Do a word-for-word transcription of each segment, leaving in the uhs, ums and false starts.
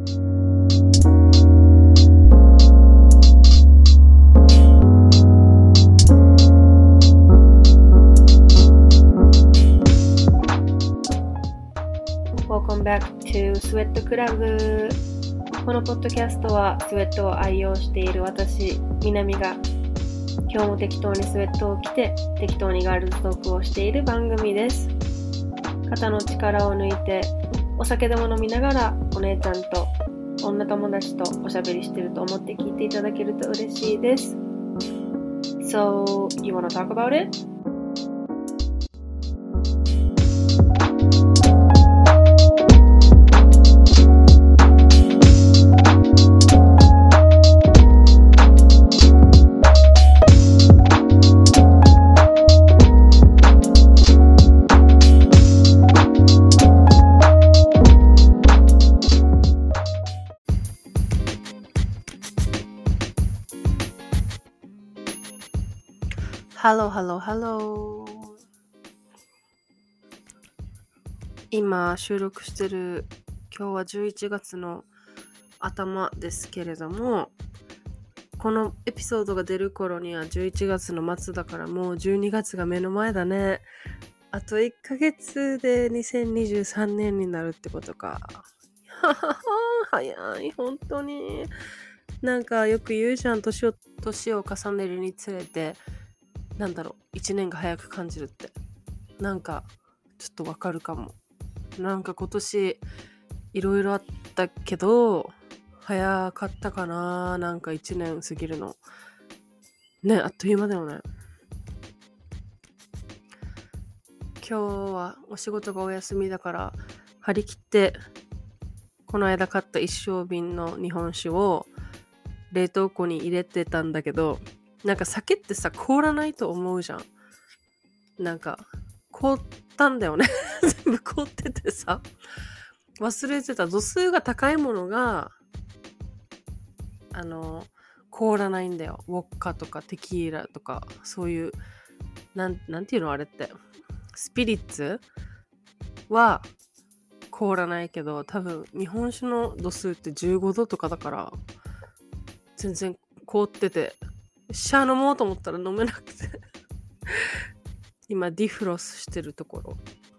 Welcome back to Sweat Club。 このポッドキャストはスウェットを愛用している私、みなみが今日も適当にスウェットを着て適当にガールズトークをしている番組です。肩の力を抜いてお酒でも飲みながらお姉ちゃんと女友達とおしゃべりしてると思って聞いていただけると嬉しいです。 So, you wanna talk about it? Hello, hello, hello。 今収録してる今日はじゅういちがつの頭ですけれども、このエピソードが出る頃にはじゅういちがつの末だからもうじゅうにがつが目の前だね。あといっかげつでにせんにじゅうさんねんになるってことか。早い、本当に。なんかよく言うじゃん、年を年を重ねるにつれてなんだろう、いちねんが早く感じるって。なんかちょっとわかるかも。なんか今年いろいろあったけど早かったかな。なんかいちねん過ぎるのね、あっという間だよね。今日はお仕事がお休みだから張り切ってこの間買った一升瓶の日本酒を冷凍庫に入れてたんだけど、なんか酒ってさ凍らないと思うじゃん。なんか凍ったんだよね全部凍っててさ、忘れてた。度数が高いものがあの凍らないんだよ。ウォッカとかテキーラとかそういうなん、なんていうのあれってスピリッツは凍らないけど、多分日本酒の度数ってじゅうごどとかだから全然凍ってて、シャー飲もうと思ったら飲めなくて今ディフロスしてるところ。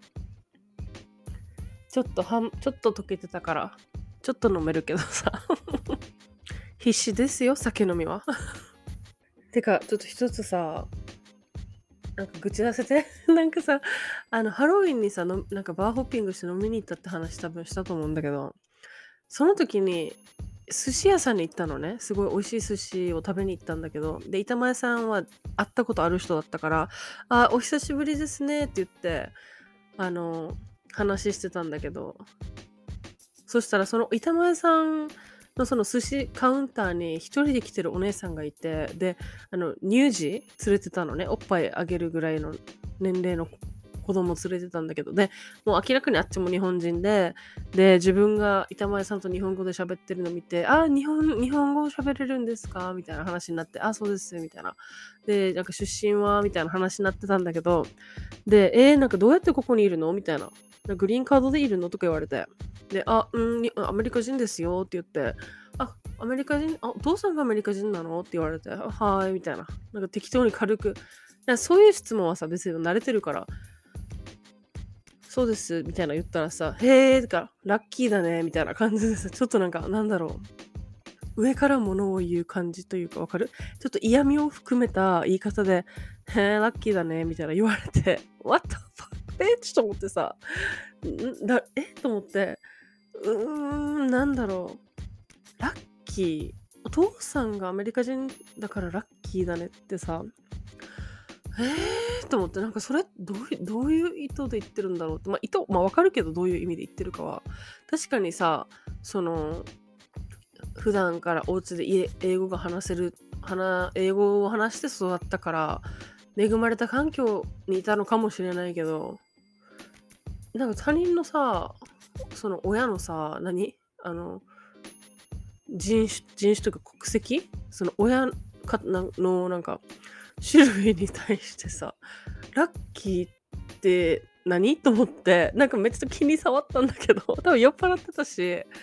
ちょっとはんちょっと溶けてたからちょっと飲めるけどさ必死ですよ酒飲みはてかちょっと一つさ、なんか愚痴出せてなんかさ、あのハロウィンにさのなんかバーホッピングして飲みに行ったって話多分したと思うんだけど、その時に寿司屋さんに行ったのね。すごい美味しい寿司を食べに行ったんだけど、で板前さんは会ったことある人だったから、あ、お久しぶりですねって言ってあの話してたんだけど、そしたらその板前さんのその寿司カウンターに一人で来てるお姉さんがいて、であの乳児連れてたのね。おっぱいあげるぐらいの年齢の子供連れてたんだけど、でもう明らかにあっちも日本人で、で自分が板前さんと日本語で喋ってるの見て、あ、日本日本語喋れるんですかみたいな話になって、あ、そうですみたいな。でなんか出身はみたいな話になってたんだけど、でえー、なんかどうやってここにいるのみたいな。グリーンカードでいるのとか言われて、で、あ、うんにアメリカ人ですよって言って、あ、アメリカ人、あ、お父さんがアメリカ人なのって言われて、はーいみたいな。なんか適当に軽く、そういう質問はさ別に慣れてるから、そうですみたいな言ったらさ、へーとかラッキーだねみたいな感じでさ、ちょっとなんかなんだろう、上から物を言う感じというか、わかる？ちょっと嫌味を含めた言い方で、へーラッキーだねみたいな言われて、what the fuck bitch と思ってさ、んだえと思って、うーんなんだろう、ラッキー、お父さんがアメリカ人だからラッキーだねってさ、えーと思って、なんかそれどういう、どういう意図で言ってるんだろうって、まあ意図、まあわかるけどどういう意味で言ってるかは、確かにさ、その普段からお家で家英語が話せる、話英語を話して育ったから恵まれた環境にいたのかもしれないけど、なんか他人のさ、その親のさ、何あの人種人種というか国籍、その親かなのなんか種類に対してさ、ラッキーって何と思って、なんかめっちゃ気に障ったんだけど、多分酔っ払ってたし、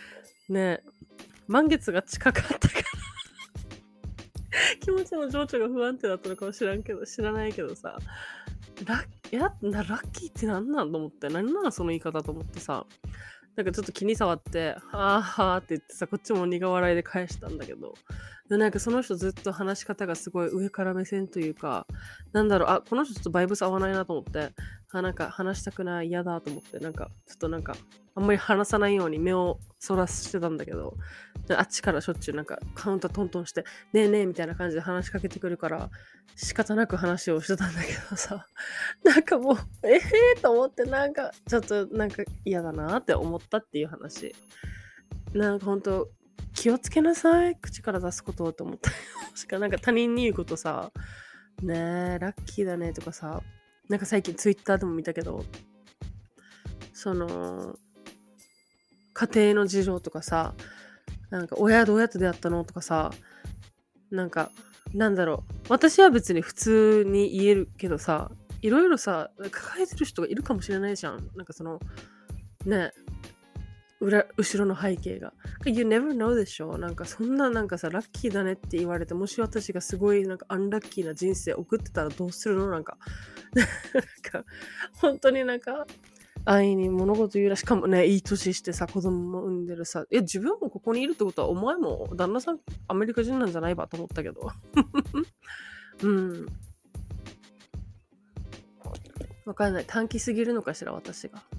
ね、満月が近かったから気持ちの情緒が不安定だったのかもしらんけど、知らないけどさ、ラッ、いや、なラッキーってなんなんと思って、何なんその言い方と思ってさ、なんかちょっと気に障って、はあはあって言ってさ、こっちも苦笑いで返したんだけど、でなんかその人ずっと話し方がすごい上から目線というか、なんだろう、あ、この人ちょっとバイブス合わないなと思って、あ、なんか話したくない、嫌だと思って、なんかちょっとなんか、あんまり話さないように目をそらしてたんだけど、であっちからしょっちゅうなんかカウンタートントンして、ねえねえみたいな感じで話しかけてくるから、仕方なく話をしてたんだけどさ、なんかもう、ええー、と思って、なんか、ちょっとなんか嫌だなって思ったっていう話。なんかほんと、気をつけなさい、口から出すことをと思った。しかなんか他人に言うことさ、ねえ、ラッキーだねとかさ、なんか最近ツイッターでも見たけど、その、家庭の事情とかさ、なんか親どうやって出会ったのとかさ、なんか、なんだろう。私は別に普通に言えるけどさ、いろいろさ、抱えてる人がいるかもしれないじゃん。なんかその、ね、裏、後ろの背景が。You never know でしょ。なんかそんななんかさ、ラッキーだねって言われて、もし私がすごいなんかアンラッキーな人生送ってたらどうするのなんか、なんか、本当になんか、安易に物事言うらしかもね、いい年してさ、子供も産んでるさ、え、自分もここにいるってことは、お前も旦那さんアメリカ人なんじゃないばと思ったけど。うん。わかんない。短期すぎるのかしら、私が。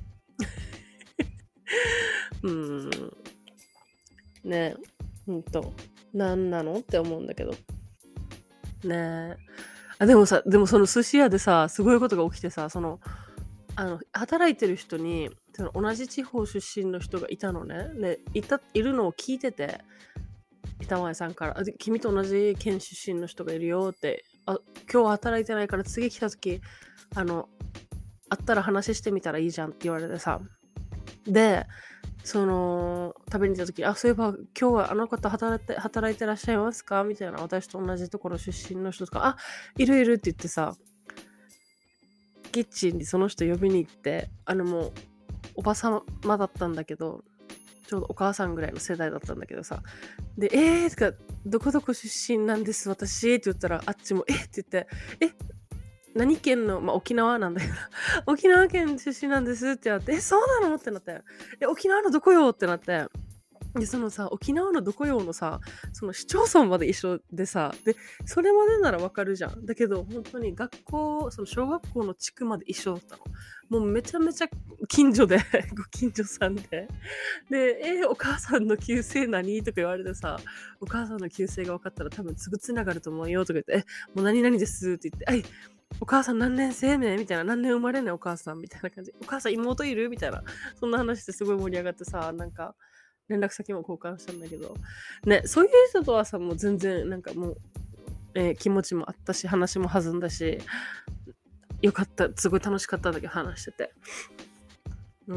うん。ねえ。ほんと。なんなのって思うんだけど。ねえ。あ、でもさ、でもその寿司屋でさ、すごいことが起きてさ、その、あの、働いてる人に、その同じ地方出身の人がいたのね。で、いた、いるのを聞いてて、板前さんから、あで君と同じ県出身の人がいるよって、あ、今日は働いてないから次来た時、あの、会ったら話してみたらいいじゃんって言われてさ。で、その、食べに行った時、あ、そういえば今日はあの方働いて、働いてらっしゃいますかみたいな、私と同じところ出身の人とか、あ、いるいるって言ってさ、キッチンにその人呼びに行って、あのもう、おばさまだったんだけど、ちょうどお母さんぐらいの世代だったんだけどさ。で、えーとか、どこどこ出身なんです、私って言ったら、あっちも、えって言って、え、何県の、まあ、沖縄なんだけど、沖縄県出身なんですってなって、え、そうなのってなって、え、沖縄のどこよってなって、で、そのさ、沖縄のどこよのさ、その市町村まで一緒でさ、で、それまでならわかるじゃん。だけど、本当に学校、その小学校の地区まで一緒だったの。もうめちゃめちゃ近所で、ご近所さんで。で、えーお母さんの旧姓何とか言われてさ、お母さんの旧姓が分かったら多分すぐつながると思うよとか言って、え、もう何々ですって言って、え、お母さん何年生ねみたいな、何年生まれねお母さんみたいな感じ。お母さん妹いるみたいな。そんな話してすごい盛り上がってさ、なんか、連絡先も交換したんだけど、ね、そういう人とはさ、もう全然、なんかもう、えー気持ちもあったし、話も弾んだし、よかった、すごい楽しかったんだけど、話してて。うん。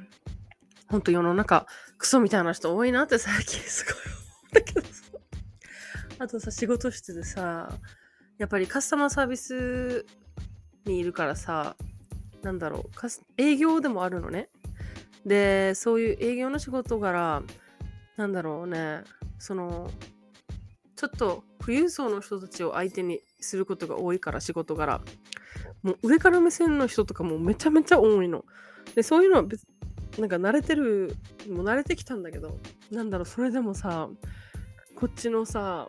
ほんと世の中、クソみたいな人多いなって最近すごい思うんだけどさ。あとさ、仕事室でさ、やっぱりカスタマーサービスにいるからさ、なんだろう、カス営業でもあるのね。で、そういう営業の仕事柄、なんだろうね、その、ちょっと富裕層の人たちを相手にすることが多いから、仕事柄。もう上から目線の人とかもめちゃめちゃ多いの。で、そういうのは別、なんか慣れてる、もう慣れてきたんだけど、なんだろう、それでもさ、こっちのさ、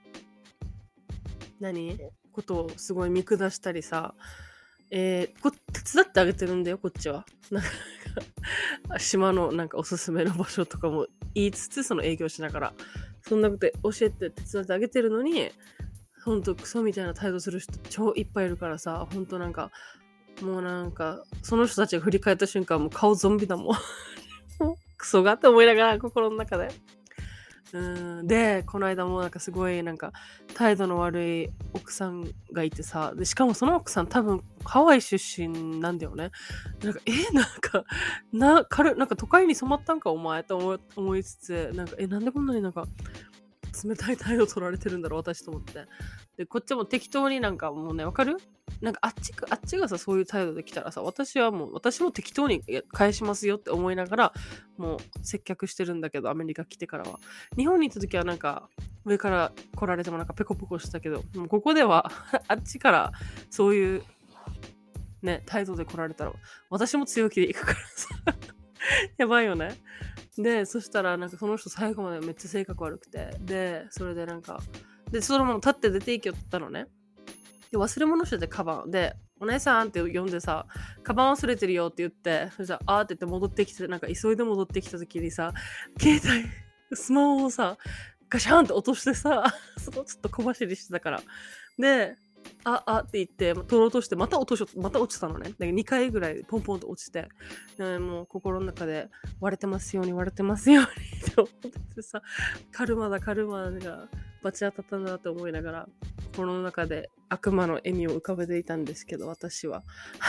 何ことをすごい見下したりさ、えー、こ手伝ってあげてるんだよ、こっちは。なんか島のなんかおすすめの場所とかも言いつつ、その営業しながら、そんなこと教えて手伝ってあげてるのに、ほんとクソみたいな態度する人超いっぱいいるからさ、ほんとなんか、もうなんか、その人たちが振り返った瞬間、もう顔ゾンビだもん。もうクソがって思いながら、心の中で。うんで、この間もなんかすごいなんか態度の悪い奥さんがいてさ、で、しかもその奥さん多分ハワイ出身なんだよね。なんか、え、なんか、な、軽、なんか都会に染まったんかお前と思い、思いつつ、なんか、え、なんでこんなになんか冷たい態度取られてるんだろう私と思って。で、こっちも適当になんかもうね、わかるなんかあっちかあっちがさそういう態度で来たらさ、私はもう私も適当に返しますよって思いながらもう接客してるんだけど、アメリカ来てからは。日本に行った時はなんか上から来られてもなんかペコペコしたけど、もうここではあっちからそういうね態度で来られたら私も強気で行くからさやばいよね。でそしたらなんかその人最後までめっちゃ性格悪くて、でそれでなんかでそのまま立って出て行きよったのね。で忘れ物しててカバンで、お姉さんって呼んでさ、カバン忘れてるよって言って、そしたらあーって言って戻ってきて、なんか急いで戻ってきた時にさ、携帯スマホをさガシャンって落としてさそこちょっと小走りしてたから、でああって言って取ろうとしてまた落としまた落ちたのね。でにかいぐらいポンポンと落ちて、でもう心の中で割れてますように割れてますようにって思っててさ、カルマだカルマがバチ当たったんだと思いながら心の中で悪魔の笑みを浮かべていたんですけど、私は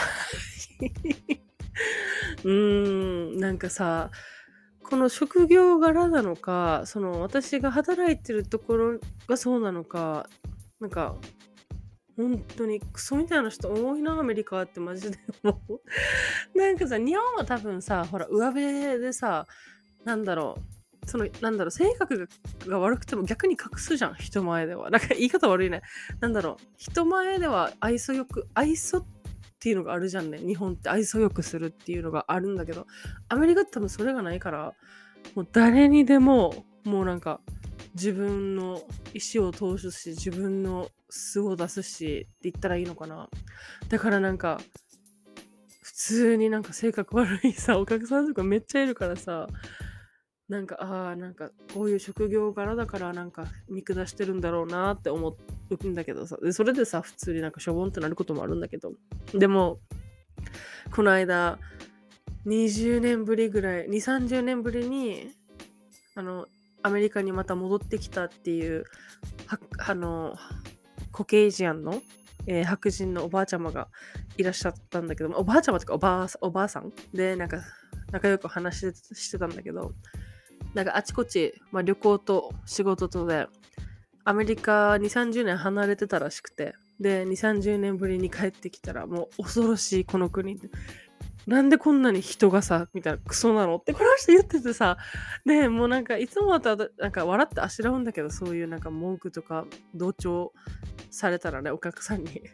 うーんなんかさ、この職業柄なのか、その私が働いてるところがそうなのか、なんか本当にクソみたいな人多いなアメリカってマジで思うなんかさ、日本は多分さ、ほら上辺でさ、なんだろう、そのなんだろう、性格がが悪くても逆に隠すじゃん、人前では。なんか言い方悪いね。なんだろう、人前では愛想よく愛想っていうのがあるじゃんね。日本って愛想よくするっていうのがあるんだけど、アメリカって多分それがないから、もう誰にでももうなんか自分の意思を通すし、自分の素を出すしって言ったらいいのかな。だからなんか普通になんか性格悪いさお客さんとかめっちゃいるからさ、なんかああなんかこういう職業柄だからなんか見下してるんだろうなって思うんだけどさ、でそれでさ普通になんかしょぼんってなることもあるんだけど、でもこの間にじゅうねんぶりぐらいにじゅう、さんじゅうねんぶりにあのアメリカにまた戻ってきたっていうはあのコケイジアンの、えー白人のおばあちゃまがいらっしゃったんだけど、おばあちゃまとかおばあおばあさんでなんか仲良く話してしてたんだけど、なんかあちこち、まあ、旅行と仕事とでアメリカにじゅう、さんじゅうねん離れてたらしくて、でにじゅう、さんじゅうねんぶりに帰ってきたらもう恐ろしいこの国で、なんでこんなに人がさみたいなクソなのってこの人言っててさ、でもうなんかいつもだとなんか笑ってあしらうんだけど、そういうなんか文句とか同調されたらね、お客さんに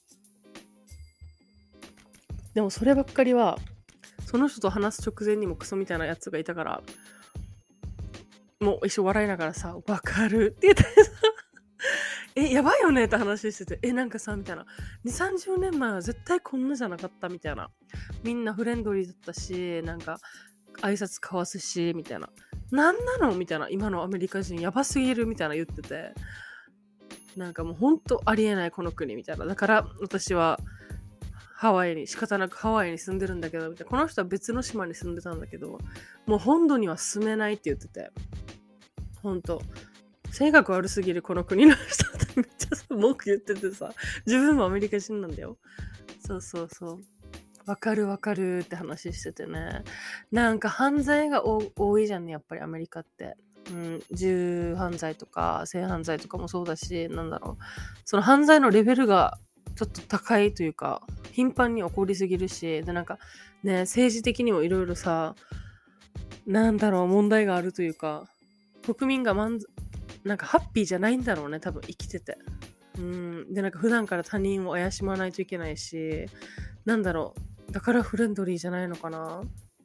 でもそればっかりはその人と話す直前にもクソみたいなやつがいたから、もう一生笑いながらさ、わかるって言ってさえ、やばいよねって話してて、え、なんかさ、みたいな。にじゅう、さんじゅうねんまえは絶対こんなじゃなかったみたいな。みんなフレンドリーだったし、なんか挨拶交わすし、みたいな。なんなのみたいな。今のアメリカ人やばすぎるみたいな言ってて。なんかもうほんとありえないこの国みたいな。だから私はハワイに、仕方なくハワイに住んでるんだけど、みたいな。この人は別の島に住んでたんだけど、もう本土には住めないって言ってて。ほんと。性格悪すぎるこの国の人ってめっちゃ文句言っててさ、自分もアメリカ人なんだよ。そうそうそう。わかるわかるって話しててね。なんか犯罪が多いじゃんね、やっぱりアメリカって。うん、銃犯罪とか性犯罪とかもそうだし、なんだろう。その犯罪のレベルがちょっと高いというか、頻繁に起こりすぎるし、でなんかね、政治的にもいろいろさ、なんだろう、問題があるというか、国民が満足なんかハッピーじゃないんだろうね、多分生きてて。うん。で、なんか普段から他人を怪しまないといけないし、なんだろう。だからフレンドリーじゃないのかな。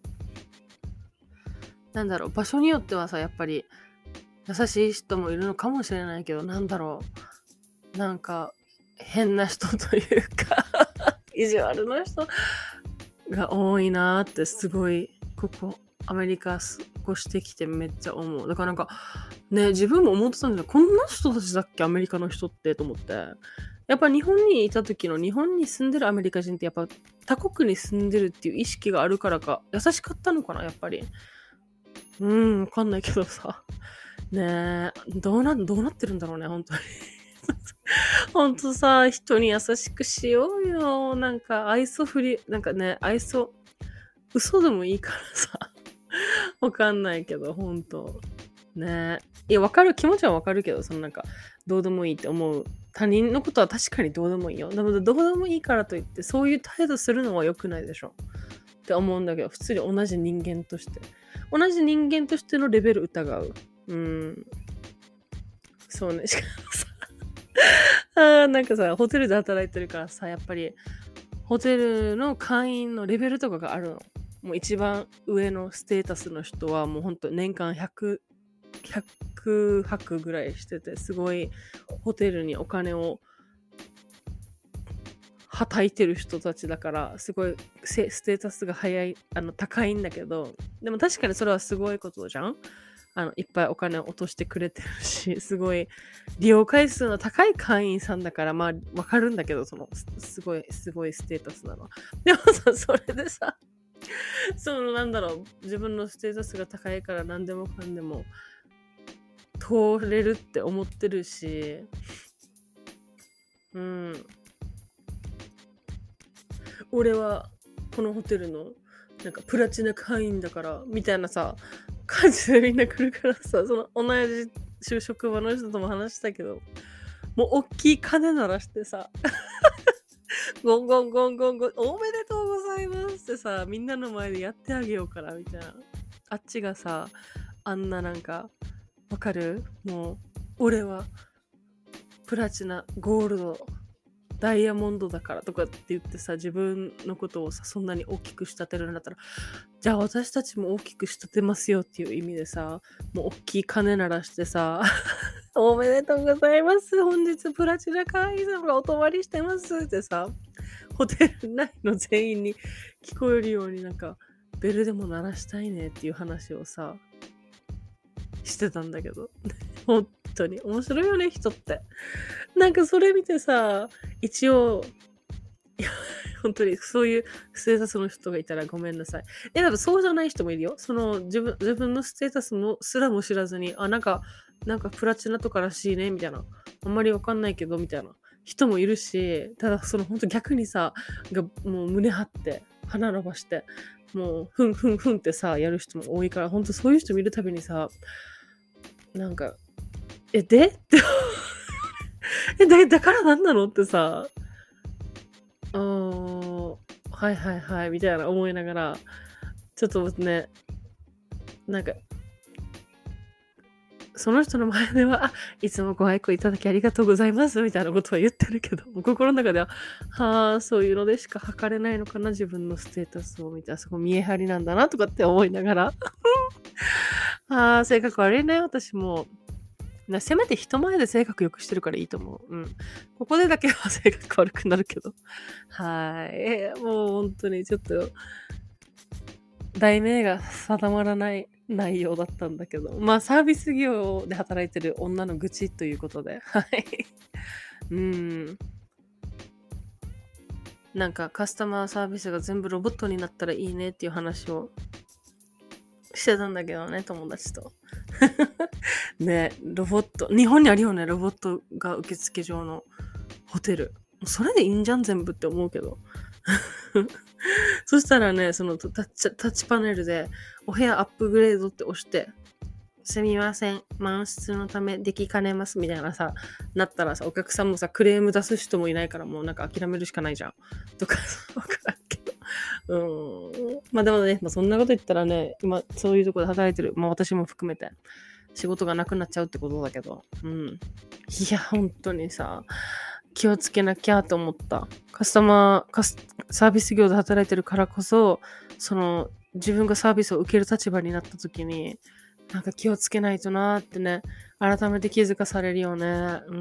なんだろう。場所によってはさ、やっぱり優しい人もいるのかもしれないけど、なんだろう。なんか変な人というか、意地悪な人が多いなーってすごい、ここ、アメリカ越してきてめっちゃ思う。だからなんか、ね、自分も思ってたんだけど、こんな人たちだっけアメリカの人ってと思って。やっぱ日本にいた時の日本に住んでるアメリカ人ってやっぱ他国に住んでるっていう意識があるからか優しかったのかなやっぱり。うーん、わかんないけどさ。ねえ、どうな、どうなってるんだろうね、本当に。ほんとさ、人に優しくしようよ。なんか愛想振り、なんかね、愛想、嘘でもいいからさ。わかんないけど、ほんと。 ねえ。いや、わかる、気持ちはわかるけど、そのなんか、どうでもいいって思う。他人のことは確かにどうでもいいよ。でも、どうでもいいからといって、そういう態度するのは良くないでしょ。って思うんだけど、普通に同じ人間として。同じ人間としてのレベル疑う。うん。そうね。しかもさ、あーなんかさ、ホテルで働いてるからさ、やっぱり、ホテルの会員のレベルとかがあるの。もう一番上のステータスの人はもうほんと年間ひゃく、ひゃくはくぐらいしてて、すごいホテルにお金をはたいてる人たちだから、すごいせステータスが早い、あの、高いんだけど、でも確かにそれはすごいことじゃん。あの、いっぱいお金を落としてくれてるし、すごい利用回数の高い会員さんだから、まあ、わかるんだけど、その、すすごい、すごいステータスなの。でもさ、それでさ、その、なんだろう、自分のステータスが高いから何でもかんでも通れるって思ってるし、うん、俺はこのホテルのなんかプラチナ会員だからみたいなさ感じでみんな来るからさ、その同じ就職場の人とも話したけど、もう大きい鐘鳴らしてさゴンゴンゴンゴンゴンおめでとうございますってさ、みんなの前でやってあげようからみたいな。あっちがさ、あんななんかわかる、もう俺はプラチナゴールドダイヤモンドだからとかって言ってさ、自分のことをさ、そんなに大きく仕立てるんだったら、じゃあ私たちも大きく仕立てますよっていう意味でさ、もう大きい鐘鳴らしてさ、おめでとうございます。本日プラチナ会員様がお泊まりしてますってさ、ホテル内の全員に聞こえるようになんか、ベルでも鳴らしたいねっていう話をさ、してたんだけど。本当に面白いよね、人って。なんかそれ見てさ、一応、いや、本当にそういうステータスの人がいたらごめんなさい。え、多分そうじゃない人もいるよ。その自分、自分のステータスもすらも知らずに、あ、なんか、なんかプラチナとからしいね、みたいな。あんまりわかんないけど、みたいな人もいるし、ただその本当逆にさ、がもう胸張って、鼻伸ばして、もうふんふんふんってさ、やる人も多いから、本当そういう人見るたびにさ、なんか、え、でってえ、だ、だからなんなのってさ、あー、はいはいはい、みたいな思いながら、ちょっとね、なんか、その人の前では、あ、いつもご愛顧いただきありがとうございます、みたいなことは言ってるけど、心の中では、はあ、そういうのでしか測れないのかな、自分のステータスを見たら、そこ見え張りなんだな、とかって思いながら、ああ、性格悪いね、私も。なせめて人前で性格良くしてるからいいと思う。うん。ここでだけは性格悪くなるけど。はい。えーもう本当にちょっと、題名が定まらない内容だったんだけど。まあ、サービス業で働いてる女の愚痴ということで。はい。うん。なんかカスタマーサービスが全部ロボットになったらいいねっていう話をしてたんだけどね、友達と。ね、ロボット。日本にあるよね、ロボットが受付上のホテル。それでいいんじゃん、全部って思うけど。そしたらね、そのタッチ、タッチパネルで、お部屋アップグレードって押して、すみません、満室のためできかねますみたいなさ、なったらさ、お客さんもさ、クレーム出す人もいないからもうなんか諦めるしかないじゃん。とか、わからんけど。うーん。まあでもね、まあ、そんなこと言ったらね、今そういうところで働いてる、まあ私も含めて、仕事がなくなっちゃうってことだけど、うん。いや、本当にさ、気をつけなきゃと思った。カスタマー、カス、サービス業で働いてるからこそ、その、自分がサービスを受ける立場になった時に、なんか気をつけないとなーってね、改めて気づかされるよね。うん。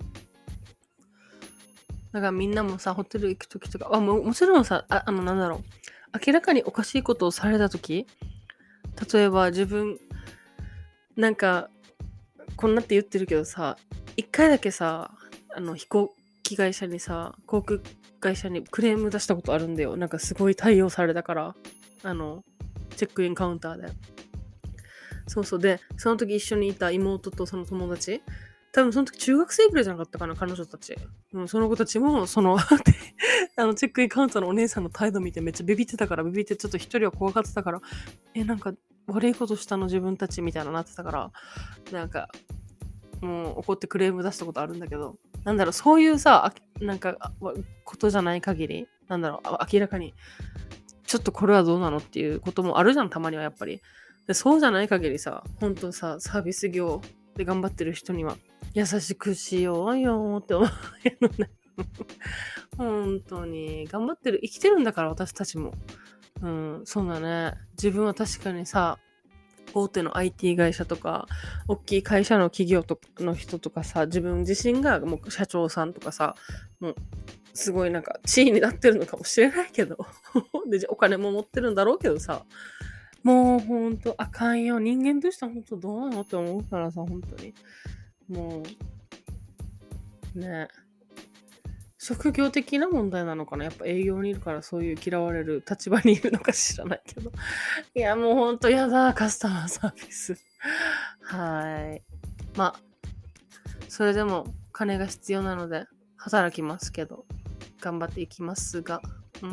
だからみんなもさ、ホテル行く時とか、あ、も、もちろんさ、あ、あの、なんだろう。明らかにおかしいことをされた時、例えば自分、なんか、こんなって言ってるけどさ、一回だけさ、あの、飛行機会社にさ、航空会社にクレーム出したことあるんだよ。なんかすごい対応されたから、あの、チェックインカウンターで。そうそう。で、その時一緒にいた妹とその友達、多分その時中学生ぐらいじゃなかったかな、彼女たち。うん、その子たちも、その、あの、チェックインカウンターのお姉さんの態度見てめっちゃビビってたから、ビビってちょっと一人は怖がってたから、え、なんか、 悪いことしたの自分たちみたいななってたから、なんか、もう怒ってクレーム出したことあるんだけど、なんだろう、そういうさ、あなんか、ことじゃない限り、なんだろう、明らかに、ちょっとこれはどうなのっていうこともあるじゃん、たまにはやっぱり。でそうじゃない限りさ、ほんとさ、サービス業で頑張ってる人には、優しくしようよって思うよね。本当に。頑張ってる、生きてるんだから、私たちも。うん、そうだね。自分は確かにさ、大手の アイティー 会社とか、大きい会社の企業とかの人とかさ、自分自身がもう社長さんとかさ、もう、すごいなんか地位になってるのかもしれないけど、で、お金も持ってるんだろうけどさ、もうほんとあかんよ。人間としてはほんとどうなのって思うからさ、本当に。もう、ね。職業的な問題なのかな、やっぱ営業にいるからそういう嫌われる立場にいるのか知らないけど。いや、もうほんとやだ、カスタマーサービス。はい。まあ、それでも金が必要なので働きますけど、頑張っていきますが。うん。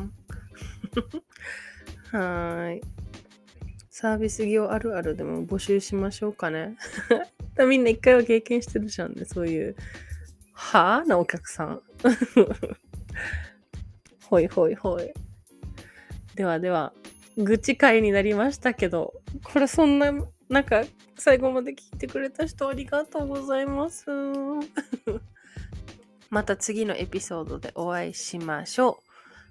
はい。サービス業あるあるでも募集しましょうかね。みんな一回は経験してるじゃんね、そういう。はぁなお客さん。ほいほいほい。ではでは、愚痴会になりましたけど、これそんな、なんか、最後まで聞いてくれた人ありがとうございます。また次のエピソードでお会いしましょう。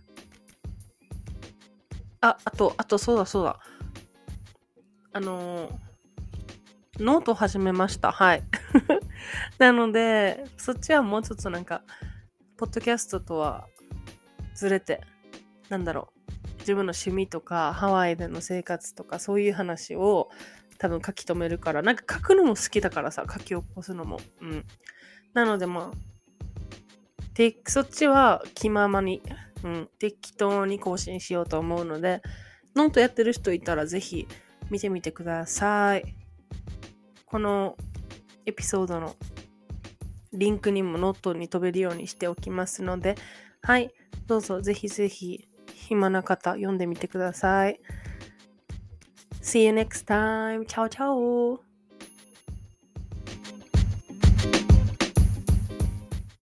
あ、あと、あと、そうだそうだ。あのー、ノート始めました。はい。なので、そっちはもうちょっとなんか、ポッドキャストとはずれて、なんだろう。自分の趣味とか、ハワイでの生活とか、そういう話を多分書き留めるから、なんか書くのも好きだからさ、書き起こすのも。うん。なのでまあ、で、そっちは気ままに、うん、適当に更新しようと思うので、ノートやってる人いたらぜひ見てみてください。このエピソードのリンクにもノートに飛べるようにしておきますので、はい、どうぞぜひぜひ暇な方読んでみてください。See you next time. Ciao ciao.